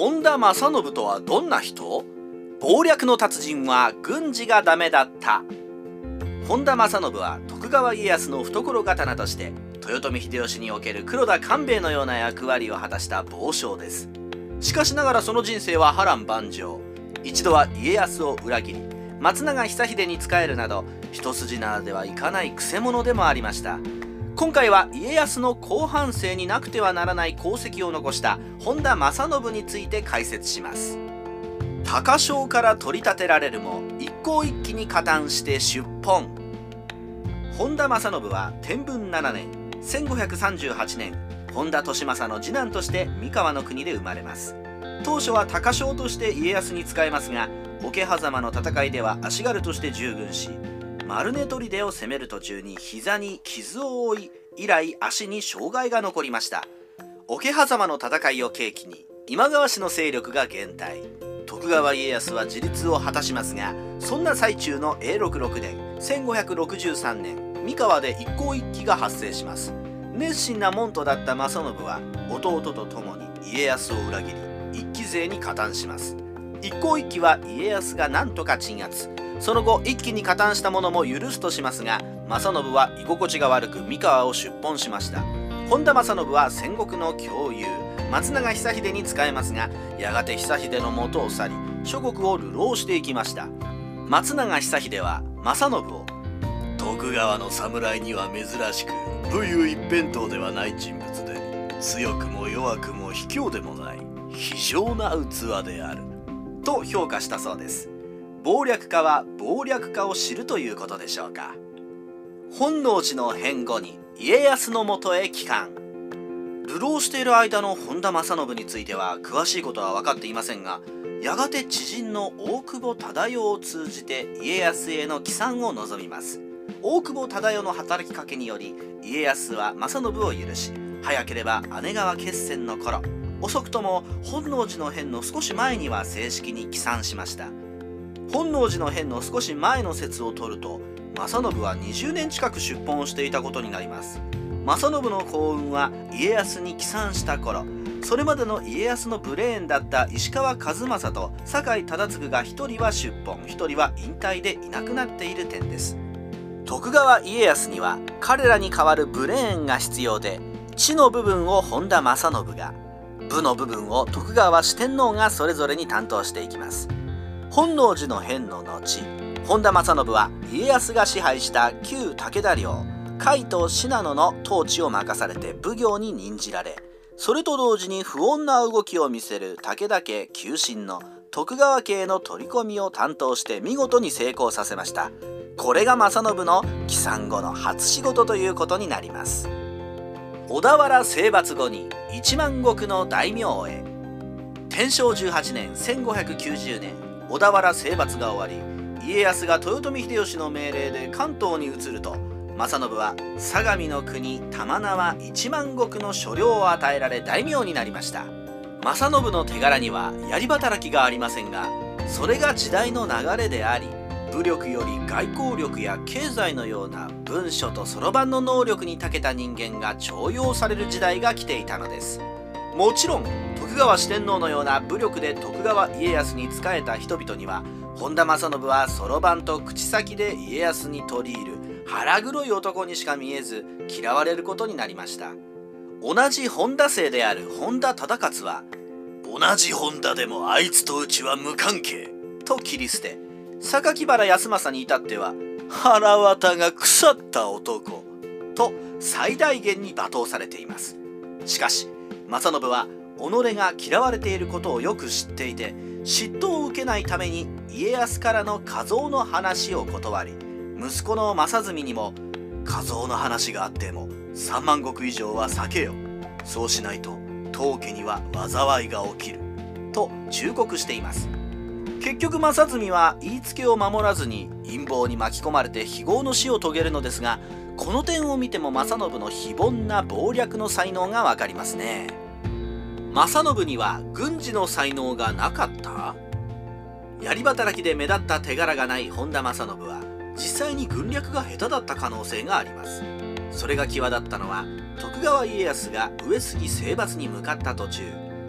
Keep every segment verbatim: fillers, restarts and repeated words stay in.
本田正信とはどんな人？謀略の達人は軍事がダメだった。本田正信は徳川家康の懐刀として豊臣秀吉における黒田官兵衛のような役割を果たした豪将です。しかしながらその人生は波乱万丈。一度は家康を裏切り松永久秀に仕えるなど一筋縄ではいかないくせ者でもありました。今回は家康の後半生になくてはならない功績を残した本田正信について解説します。高商から取り立てられるも一向一揆に加担して出奔。本田正信は天文ななねんせんごひゃくさんじゅうはちねん本田利政の次男として三河の国で生まれます。当初は高商として家康に仕えますが、桶狭間の戦いでは足軽として従軍し、丸根砦を攻める途中に膝に傷を負い、以来足に障害が残りました。桶狭間の戦いを契機に今川氏の勢力が減退。徳川家康は自立を果たしますが、そんな最中の永禄ろくねんせんごひゃくろくじゅうさんねん三河で一向一揆が発生します。熱心な門徒だった正信は弟と共に家康を裏切り一揆勢に加担します。一向一揆は家康が何とか鎮圧、その後一揆に加担した者も許すとしますが、正信は居心地が悪く三河を出奔しました。本田正信は戦国の強雄松永久秀に仕えますが、やがて久秀の元を去り諸国を流浪していきました。松永久秀は正信を徳川の侍には珍しく武勇一辺倒ではない人物で、強くも弱くも卑怯でもない非常な器であると評価したそうです。謀略家は謀略家を知るということでしょうか。本能寺の変後に家康のもとへ帰還。流浪している間の本田正信については詳しいことは分かっていませんが、やがて知人の大久保忠世を通じて家康への帰参を望みます。大久保忠世の働きかけにより家康は正信を許し、早ければ姉川決戦の頃、遅くとも本能寺の変の少し前には正式に帰参しました。本能寺の変の少し前の説を取ると、正信はにじゅうねん近く出奔していたことになります。正信の幸運は家康に帰参した頃、それまでの家康のブレーンだった石川数正と酒井忠次が一人は出奔、一人は引退でいなくなっている点です。徳川家康には彼らに代わるブレーンが必要で、知の部分を本田正信が、武の部分を徳川四天王がそれぞれに担当していきます。本能寺の変の後、本田正信は家康が支配した旧武田領甲斐と信濃の統治を任されて奉行に任じられ、それと同時に不穏な動きを見せる武田家旧臣の徳川家への取り込みを担当して見事に成功させました。これが正信の帰参後の初仕事ということになります。小田原征伐後に一万石の大名へ。天正じゅうはちねんせんごひゃくきゅうじゅうねん小田原征伐が終わり、家康が豊臣秀吉の命令で関東に移ると、正信は相模の国玉縄一万石の所領を与えられ大名になりました。正信の手柄には槍働きがありませんが、それが時代の流れであり、武力より外交力や経済のような文書とそろばんの能力に長けた人間が重用される時代が来ていたのです。もちろん徳川四天王のような武力で徳川家康に仕えた人々には、本田正信はそろばんと口先で家康に取り入る腹黒い男にしか見えず嫌われることになりました。同じ本田姓である本田忠勝は、同じ本田でもあいつとうちは無関係と切り捨て、榊原康政に至っては腹渡が腐った男と最大限に罵倒されています。しかし正信は己が嫌われていることをよく知っていて、嫉妬を受けないために家康からの加増の話を断り、息子の正純にも加増の話があってもさんまん石以上は避けよ、そうしないと当家には災いが起きると忠告しています。結局正純は言いつけを守らずに陰謀に巻き込まれて非業の死を遂げるのですが、この点を見ても正信の非凡な謀略の才能がわかりますね。正信には軍事の才能がなかった？槍働きで目立った手柄がない本田正信は実際に軍略が下手だった可能性があります。それが際立ったのは、徳川家康が上杉征伐に向かった途中、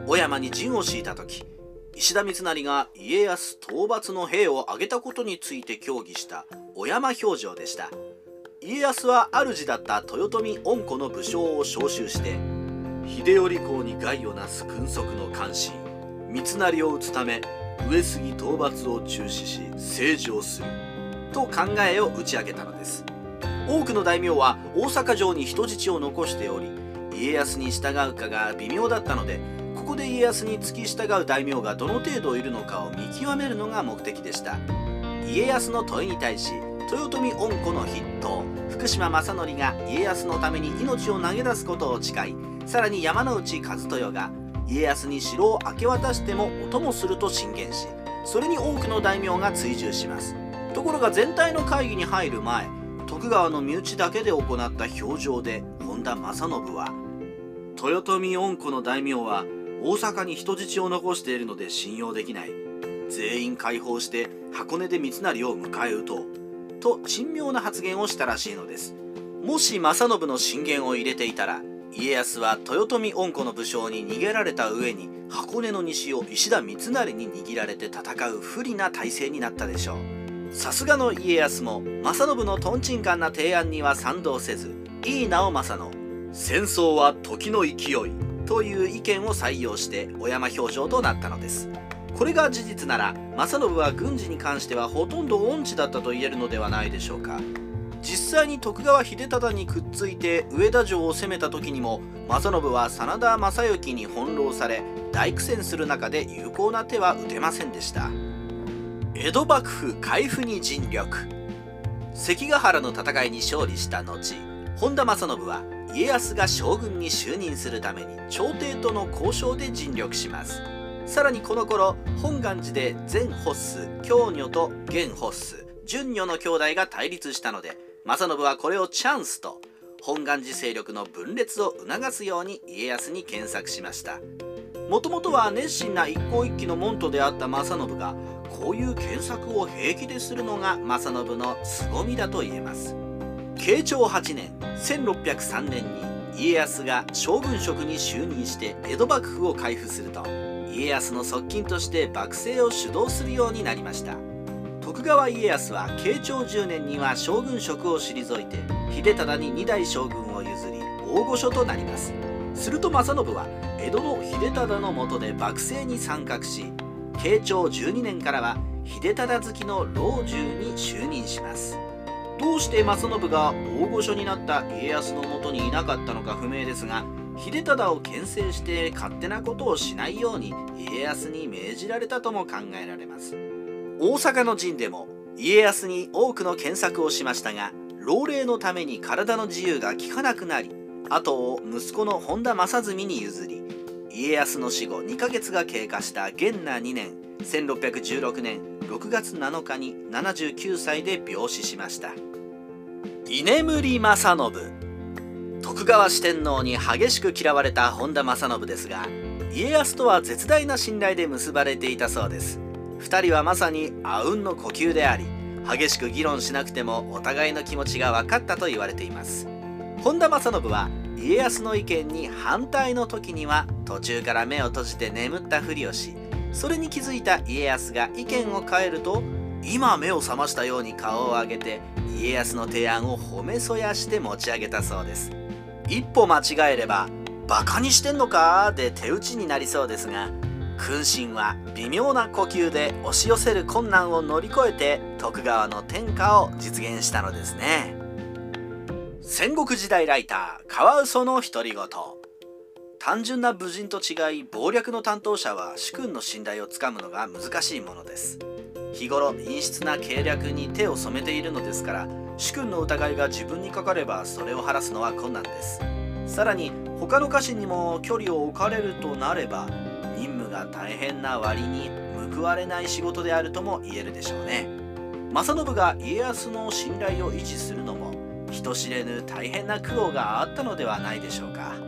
小山に陣を敷いた時、石田三成が家康討伐の兵を挙げたことについて協議した小山評定でした。家康は主だった豊臣恩子の武将を招集して、秀頼公に害をなす君側の関心三成を討つため上杉討伐を中止し政治をすると考えを打ち上げたのです。多くの大名は大阪城に人質を残しており、家康に従うかが微妙だったので、ここで家康に付き従う大名がどの程度いるのかを見極めるのが目的でした。家康の問いに対し、豊臣恩子の筆頭福島正則が家康のために命を投げ出すことを誓い、さらに山内和豊が家康に城を明け渡してもお供すると進言し、それに多くの大名が追従します。ところが全体の会議に入る前、徳川の身内だけで行った評定で本田正信は、豊臣恩子の大名は大阪に人質を残しているので信用できない、全員解放して箱根で三成を迎え撃とうと珍妙な発言をしたらしいのです。もし正信の進言を入れていたら、家康は豊臣恩子の武将に逃げられた上に箱根の西を石田三成に握られて戦う不利な体制になったでしょう。さすがの家康も正信のとんちんかんな提案には賛同せず、井伊直政の戦争は時の勢いという意見を採用して小山評定となったのです。これが事実なら、正信は軍事に関してはほとんど音痴だったと言えるのではないでしょうか。実際に徳川秀忠にくっついて上田城を攻めた時にも、正信は真田昌幸に翻弄され大苦戦する中で有効な手は打てませんでした。江戸幕府開府に尽力。関ヶ原の戦いに勝利した後、本田正信は家康が将軍に就任するために朝廷との交渉で尽力します。さらにこの頃、本願寺で前ホッス京女と現ホッス純女の兄弟が対立したので、正信はこれをチャンスと本願寺勢力の分裂を促すように家康に献策しました。もともとは熱心な一向一揆の門徒であった正信が、こういう献策を平気でするのが正信の凄みだと言えます。慶長はちねんせんろっぴゃくさんねんに家康が将軍職に就任して江戸幕府を開府すると、家康の側近として幕政を主導するようになりました。徳川家康は慶長じゅうねんには将軍職を退いて秀忠にに代将軍を譲り大御所となります。すると正信は江戸の秀忠の下で幕政に参画し、慶長じゅうにねんからは秀忠好きの老中に就任します。どうして正信が大御所になった家康のもとにいなかったのか不明ですが、秀忠を牽制して勝手なことをしないように家康に命じられたとも考えられます。大阪の陣でも家康に多くの献策をしましたが、老齢のために体の自由が利かなくなり、後を息子の本田正純に譲り、家康の死後にかげつが経過した元和にねんせんろっぴゃくじゅうろくねんろくがつなのかにななじゅうきゅうさいで病死しました。居眠り正信。徳川四天王に激しく嫌われた本田正信ですが、家康とは絶大な信頼で結ばれていたそうです。二人はまさにあうんの呼吸であり、激しく議論しなくてもお互いの気持ちが分かったと言われています。本田正信は家康の意見に反対の時には途中から目を閉じて眠ったふりをし、それに気づいた家康が意見を変えると、今目を覚ましたように顔を上げて家康の提案を褒めそやして持ち上げたそうです。一歩間違えれば「バカにしてんのか?」で手打ちになりそうですが、君臣は微妙な呼吸で押し寄せる困難を乗り越えて徳川の天下を実現したのですね。戦国時代ライターカワウソの独り言。単純な武人と違い、謀略の担当者は主君の信頼をつかむのが難しいものです。日頃陰湿な計略に手を染めているのですから、主君の疑いが自分にかかればそれを晴らすのは困難です。さらに他の家臣にも距離を置かれるとなれば、任務が大変な割に報われない仕事であるとも言えるでしょうね。正信が家康の信頼を維持するのも人知れぬ大変な苦労があったのではないでしょうか。